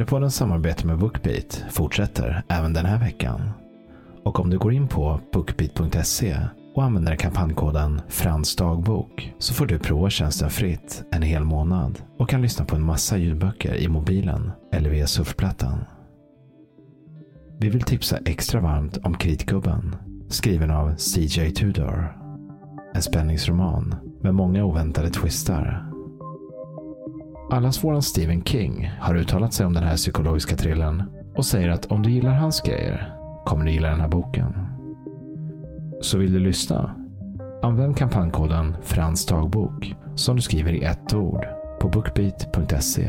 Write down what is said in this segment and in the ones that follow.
Thrillerpoddens samarbete med BookBeat fortsätter även den här veckan. Och om du går in på bookbeat.se och använder kampanjkoden FRANSDAGBOK så får du prova tjänsten fritt en hel månad och kan lyssna på en massa ljudböcker i mobilen eller via surfplattan. Vi vill tipsa extra varmt om Kritgubben, skriven av C.J. Tudor. En spänningsroman med många oväntade twistar. Allas våran Stephen King har uttalat sig om den här psykologiska thrillern och säger att om du gillar hans grejer kommer du gilla den här boken. Så vill du lyssna? Använd kampanjkoden FRANSDAGBOK som du skriver i ett ord på bookbeat.se.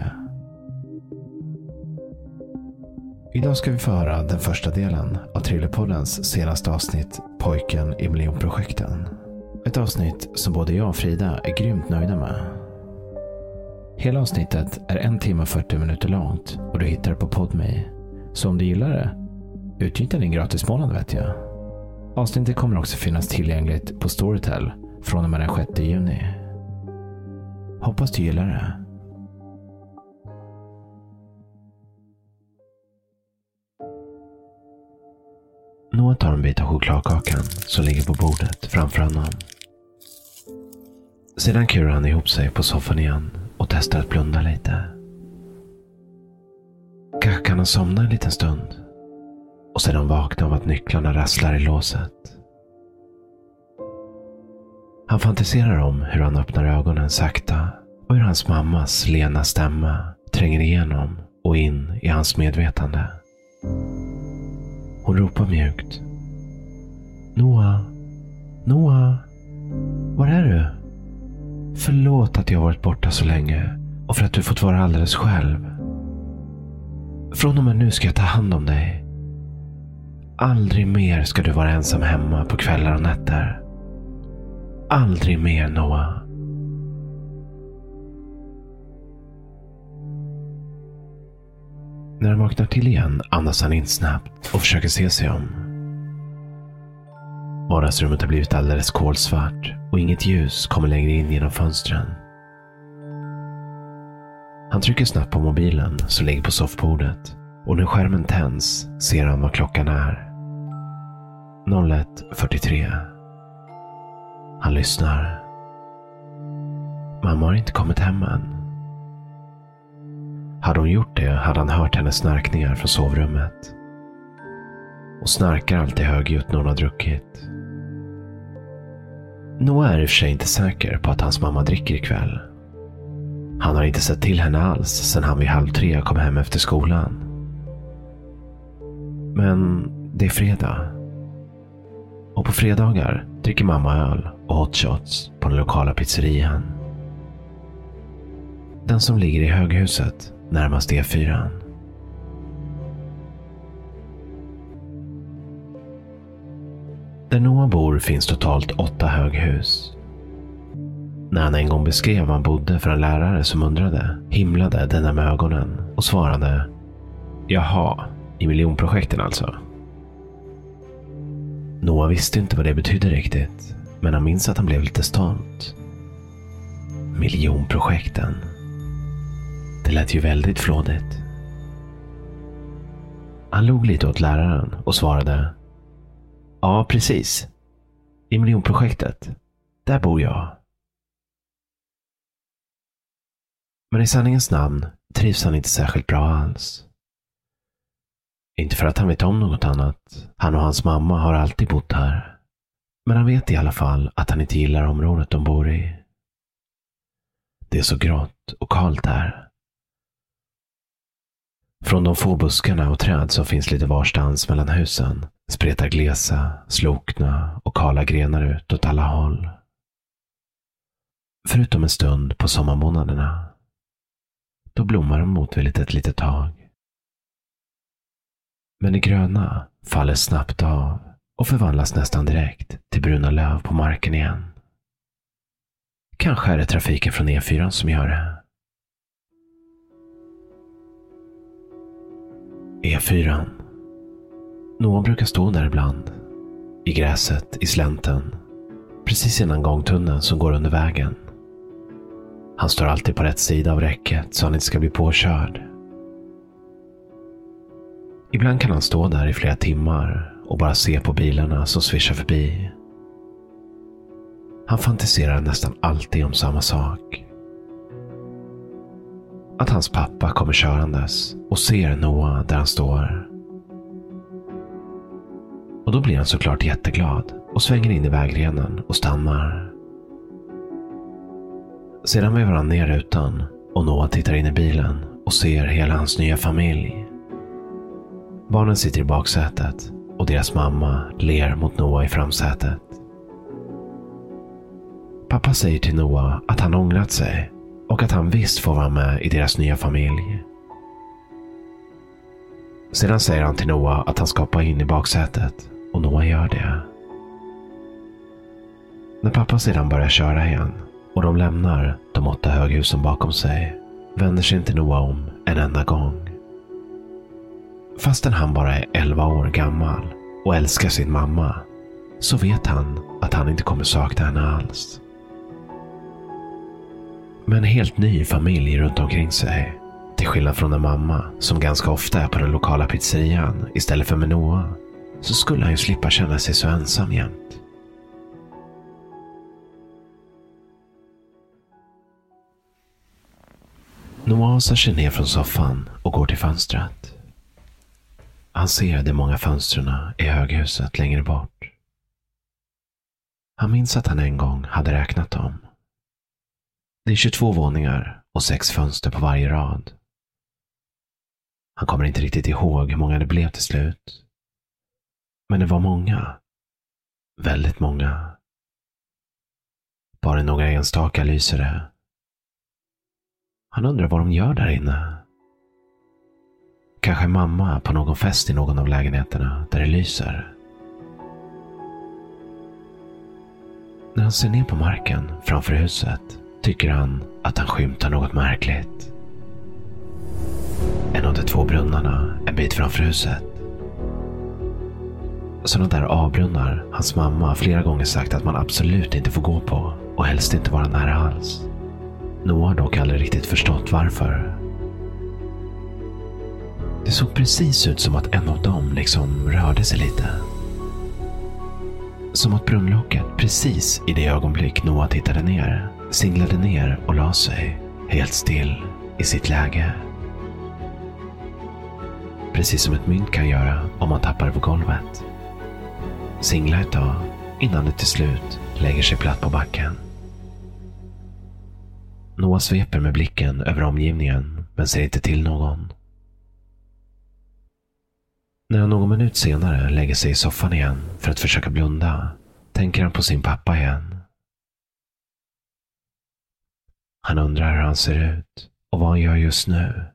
Idag ska vi få höra den första delen av Thrillerpoddens senaste avsnitt, Pojken i miljonprojekten. Ett avsnitt som både jag och Frida är grymt nöjda med. Hela avsnittet är 1 timme och 40 minuter långt och du hittar det på Podme. Så om du gillar det, utnyttja din gratis månad vet jag. Avsnittet kommer också finnas tillgängligt på Storytel från och med den 6 juni. Hoppas du gillar det. Noah tar en bit av chokladkakan som ligger på bordet framför honom. Sedan kurar han ihop sig på soffan igen och testar att blunda lite. Kanske kan han somna en liten stund och sedan vakna av att nycklarna rasslar i låset. Han fantiserar om hur han öppnar ögonen sakta och hur hans mammas lena stämma tränger igenom och in i hans medvetande. Hon ropar mjukt. Noah, Noah, var är du? Förlåt att jag varit borta så länge och för att du fått vara alldeles själv. Från och med nu ska jag ta hand om dig. Aldrig mer ska du vara ensam hemma på kvällar och nätter. Aldrig mer, Noah. När han vaknar till igen andas han in snabbt och försöker se sig om. Vardagsrummet har blivit alldeles kolsvart och inget ljus kommer längre in genom fönstren. Han trycker snabbt på mobilen som ligger på soffbordet och när skärmen tänds ser han vad klockan är. 01:43. Han lyssnar. Mamma har inte kommit hem än. Hade hon gjort det hade han hört hennes snarkningar från sovrummet. Och snarkar alltid högljutt när hon har druckit. Noah är i och för sig inte säker på att hans mamma dricker ikväll. Han har inte sett till henne alls sedan han vid 2:30 kom hem efter skolan. Men det är fredag. Och på fredagar dricker mamma öl och hot shots på den lokala pizzerian. Den som ligger i höghuset närmast E4. Där Noah bor finns totalt 8 höghus. När han en gång beskrev var han bodde för en lärare som undrade, himlade denna med ögonen och svarade: Jaha, i miljonprojekten alltså. Noah visste inte vad det betydde riktigt, men han minns att han blev lite stolt. Miljonprojekten. Det lät ju väldigt flådigt. Han log lite åt läraren och svarade: Ja, precis. I miljonprojektet. Där bor jag. Men i sanningens namn trivs han inte särskilt bra alls. Inte för att han vet om något annat. Han och hans mamma har alltid bott här. Men han vet i alla fall att han inte gillar området de bor i. Det är så grått och kallt här. Från de få buskarna och träd som finns lite varstans mellan husen spretar glesa, slokna och kala grenar ut åt alla håll. Förutom en stund på sommarmånaderna. Då blommar de motvilligt ett litet tag. Men det gröna faller snabbt av och förvandlas nästan direkt till bruna löv på marken igen. Kanske är det trafiken från E4 som gör det. E4. Noah brukar stå där ibland. I gräset, i slänten. Precis innan gångtunneln som går under vägen. Han står alltid på rätt sida av räcket så han inte ska bli påkörd. Ibland kan han stå där i flera timmar och bara se på bilarna som svischar förbi. Han fantiserar nästan alltid om samma sak. Att hans pappa kommer körandes och ser Noah där han står. Och då blir han såklart jätteglad och svänger in i vägrenen och stannar. Sedan vevar han ner rutan och Noah tittar in i bilen och ser hela hans nya familj. Barnen sitter i baksätet och deras mamma ler mot Noah i framsätet. Pappa säger till Noah att han ångrat sig och att han visst får vara med i deras nya familj. Sedan säger han till Noah att han ska hoppa in i baksätet och Noah gör det. När pappa sedan börjar köra igen och de lämnar de 8 höghusen bakom sig vänder sig inte Noah om en enda gång. Fastän han bara är 11 år gammal och älskar sin mamma så vet han att han inte kommer sakna henne alls. Med en helt ny familj runt omkring sig, till skillnad från en mamma som ganska ofta är på den lokala pizzerian istället för med Noah, så skulle han ju slippa känna sig så ensam jämt. Noah asar sig ner från soffan och går till fönstret. Han ser de många fönstren i höghuset längre bort. Han minns att han en gång hade räknat dem. Det är 22 våningar och 6 fönster på varje rad. Han kommer inte riktigt ihåg hur många det blev till slut. Men det var många. Väldigt många. Bara några enstaka lyser det. Han undrar vad de gör där inne. Kanske mamma på någon fest i någon av lägenheterna där det lyser. När han ser ner på marken framför huset tycker han att han skymtar något märkligt. En av de 2 brunnarna en bit framför huset. Sådana där avbrunnar hans mamma flera gånger sagt att man absolut inte får gå på och helst inte vara nära alls. Noah har dock aldrig riktigt förstått varför. Det såg precis ut som att en av dem liksom rörde sig lite. Som att brunnlocket precis i det ögonblick Noah tittade ner singlade ner och la sig helt still i sitt läge. Precis som ett mynt kan göra om man tappar på golvet. Singla ett tag innan det till slut lägger sig platt på backen. Noah sveper med blicken över omgivningen men ser inte till någon. När han någon minut senare lägger sig i soffan igen för att försöka blunda tänker han på sin pappa igen. Han undrar hur han ser ut och vad han gör just nu.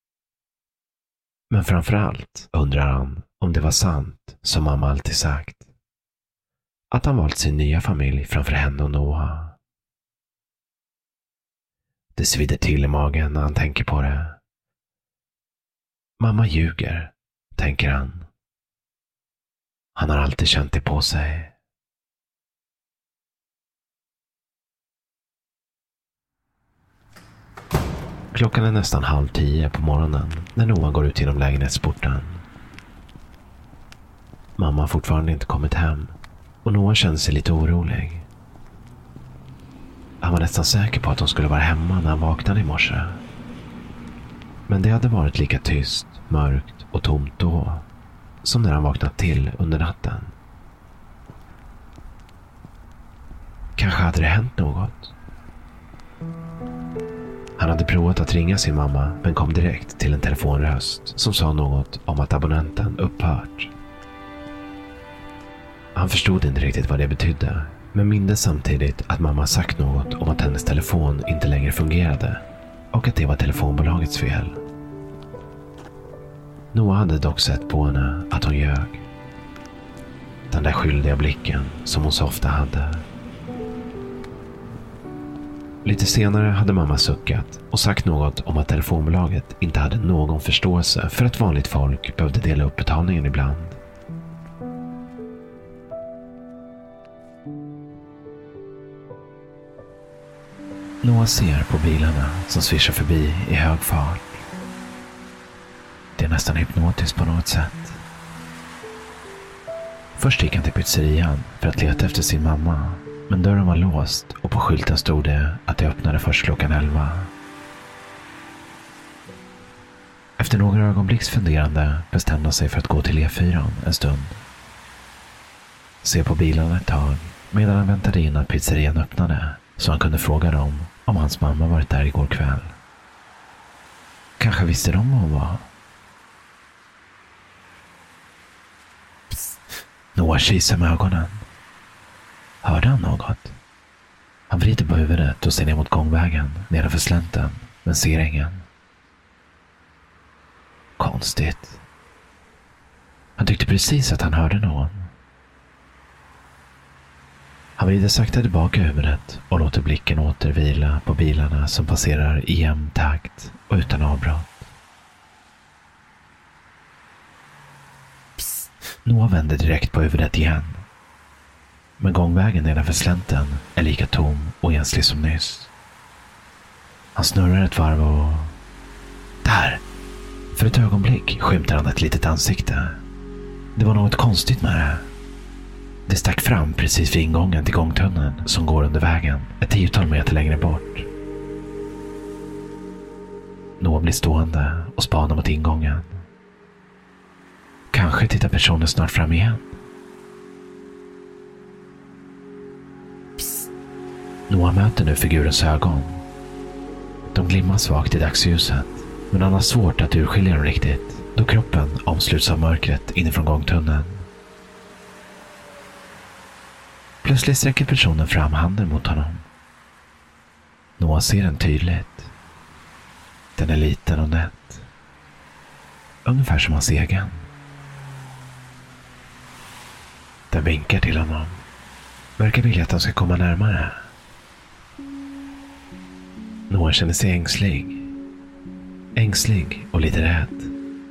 Men framförallt undrar han om det var sant som mamma alltid sagt. Att han valt sin nya familj framför henne och Noah. Det svider till i magen när han tänker på det. Mamma ljuger, tänker han. Han har alltid känt det på sig. Klockan är nästan 9:30 på morgonen när Noah går ut genom lägenhetsporten. Mamma har fortfarande inte kommit hem och Noah känner sig lite orolig. Han var nästan säker på att hon skulle vara hemma när han vaknade i morse. Men det hade varit lika tyst, mörkt och tomt då som när han vaknat till under natten. Kanske hade det hänt något. Han hade provat att ringa sin mamma men kom direkt till en telefonröst som sa något om att abonnenten upphört. Han förstod inte riktigt vad det betydde, men mindes samtidigt att mamma sagt något om att hennes telefon inte längre fungerade och att det var telefonbolagets fel. Noah hade dock sett på henne att hon ljög. Den där skyldiga blicken som hon så ofta hade. Lite senare hade mamma suckat och sagt något om att telefonbolaget inte hade någon förståelse för att vanligt folk behövde dela upp betalningen ibland. Noah ser på bilarna som svischar förbi i hög fart. det nästan hypnotiskt på något sätt. Först gick han till pizzerian för att leta efter sin mamma, men dörren var låst och på skylten stod det att det öppnade först klockan 11. Efter några ögonblicks funderande bestämde han sig för att gå till E4 en stund. Se på bilarna ett tag medan han väntade in att pizzerian öppnade så han kunde fråga dem om hans mamma varit där igår kväll. Kanske visste de vad hon var. Noah kisar med ögonen. Hörde han något? Han vrider på huvudet och ser ner mot gångvägen nedanför slänten, men ser ingen. Konstigt. Han tyckte precis att han hörde någon. Han vrider sakta tillbaka huvudet och låter blicken åter vila på bilarna som passerar i jämn takt och utan avbrott. Noah vänder direkt på huvudet igen. Men gångvägen nedanför slänten är lika tom och enslig som nyss. Han snurrar ett varv och... Där! För ett ögonblick skymtar han ett litet ansikte. Det var något konstigt med det. Det stack fram precis vid ingången till gångtunneln som går under vägen, ett 10-tal meter längre bort. Noah blir stående och spanar mot ingången. Kanske tittar personen snart fram igen. Psst. Noah möter nu figurens ögon. De glimmar svagt i dagsljuset, men han har svårt att urskilja dem riktigt då kroppen omsluts av mörkret inifrån gångtunneln. Plötsligt sträcker personen fram handen mot honom. Noah ser den tydligt. Den är liten och nätt. Ungefär som hans egen. Den vinkar till honom. Verkar vilja att han ska komma närmare. Noah känner sig ängslig. Ängslig och lite rädd.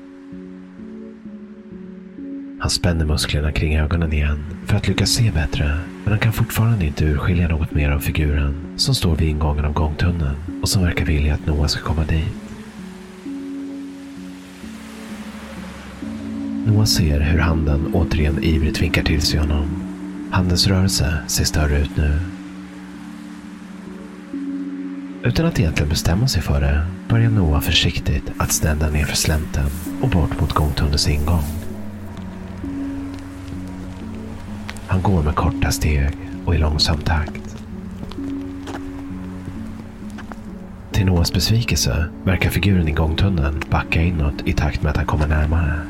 Han spänner musklerna kring ögonen igen för att lyckas se bättre, men han kan fortfarande inte urskilja något mer av figuren som står vid ingången av gångtunneln och som verkar vilja att Noah ska komma dit. Noah ser hur handen återigen ivrigt vinkar till sig honom. Handens rörelse ser större ut nu. Utan att egentligen bestämma sig för det börjar Noah försiktigt att snedda ner för slänten och bort mot gångtunnelns ingång. Han går med korta steg och i långsam takt. Till Noahs besvikelse verkar figuren i gångtunneln backa inåt i takt med att han kommer närmare.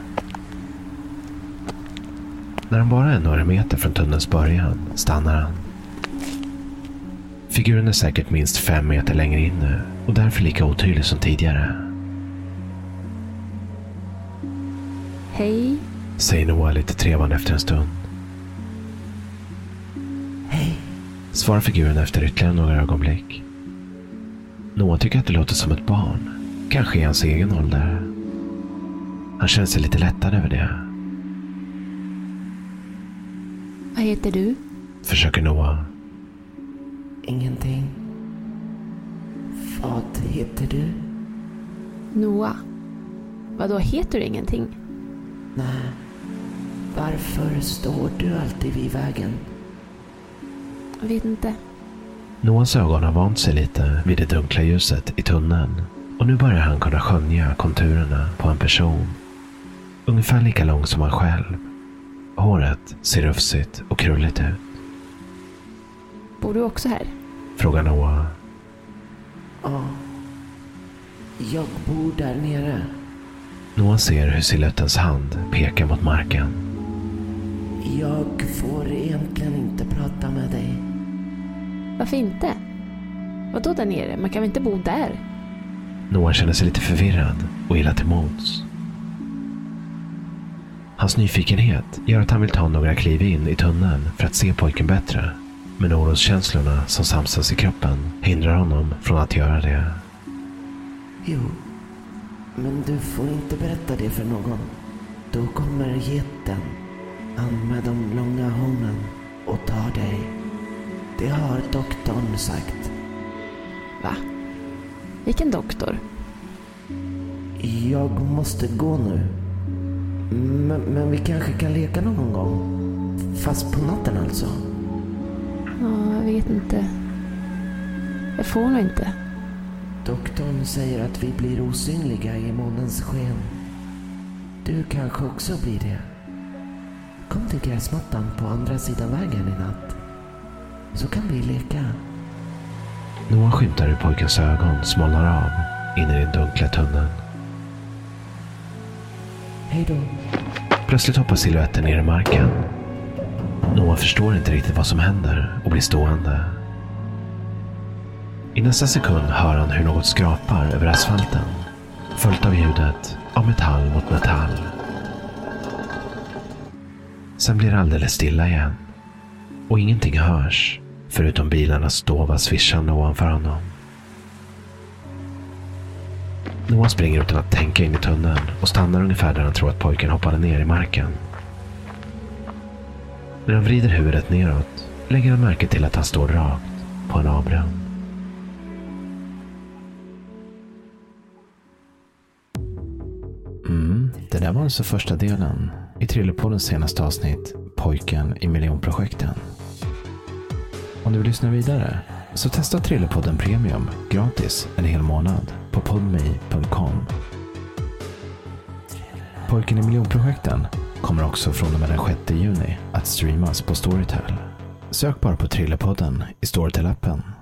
När han bara är några meter från tunnelns början stannar han. Figuren är säkert minst 5 meter längre in nu och därför lika otydlig som tidigare. Hej, säger Noah lite trevande efter en stund. Hej, svarar figuren efter ytterligare några ögonblick. Noah tycker att det låter som ett barn, kanske i hans egen ålder. Han känner sig lite lättad över det. vad heter du? Försöker Noah. ingenting. Vad heter du? Noah. Vad då heter du ingenting? Nej. Varför står du alltid vid vägen? Jag vet inte. Noahs ögon har vant sig lite vid det dunkla ljuset i tunneln och nu börjar han kunna skönja konturerna på en person. Ungefär lika lång som han själv. Håret ser rufsigt och krulligt ut. Bor du också här? Frågar Noah. Ja. Jag bor där nere. Noah ser hur siluettens hand pekar mot marken. Jag får egentligen inte prata med dig. Varför inte? Vadå där nere? Man kan väl inte bo där? Noah känner sig lite förvirrad och illa till mods. Hans nyfikenhet gör att han vill ta några kliv in i tunneln för att se pojken bättre. Men oroskänslorna som samsas i kroppen hindrar honom från att göra det. Jo, men du får inte berätta det för någon. Då kommer geten, han med de långa hornen, och tar dig. Det har doktorn sagt. Va? Vilken doktor? Jag måste gå nu. Men vi kanske kan leka någon gång. Fast på natten alltså. Ja, jag vet inte. Jag får nog inte. Doktorn säger att vi blir osynliga i månens sken. Du kanske också blir det. Kom till gräsmattan på andra sidan vägen i natt. Så kan vi leka. Noah skymtar hur pojkens ögon smalnar av in i den dunkla tunneln. Hej då. Plötsligt hoppar silhuetten ner i marken. Noah förstår inte riktigt vad som händer och blir stående. I nästa sekund hör han hur något skrapar över asfalten, följt av ljudet av metall mot metall. Sen blir det alldeles stilla igen och ingenting hörs förutom bilarnas dova svischande ovanför honom. Noah springer utan att tänka in i tunneln och stannar ungefär där han tror att pojken hoppade ner i marken. När han vrider huvudet neråt lägger han märke till att han står rakt på en avgrund. Det där var alltså första delen i Thrillerpoddens senaste avsnitt, Pojken i miljonprojekten. Om du vill lyssna vidare så testa Thrillerpodden Premium gratis en hel månad på podme.com. Pojken i miljonprojekten kommer också från och med den 6 juni att streamas på Storytel. Sök bara på Thrillerpodden i Storytel-appen.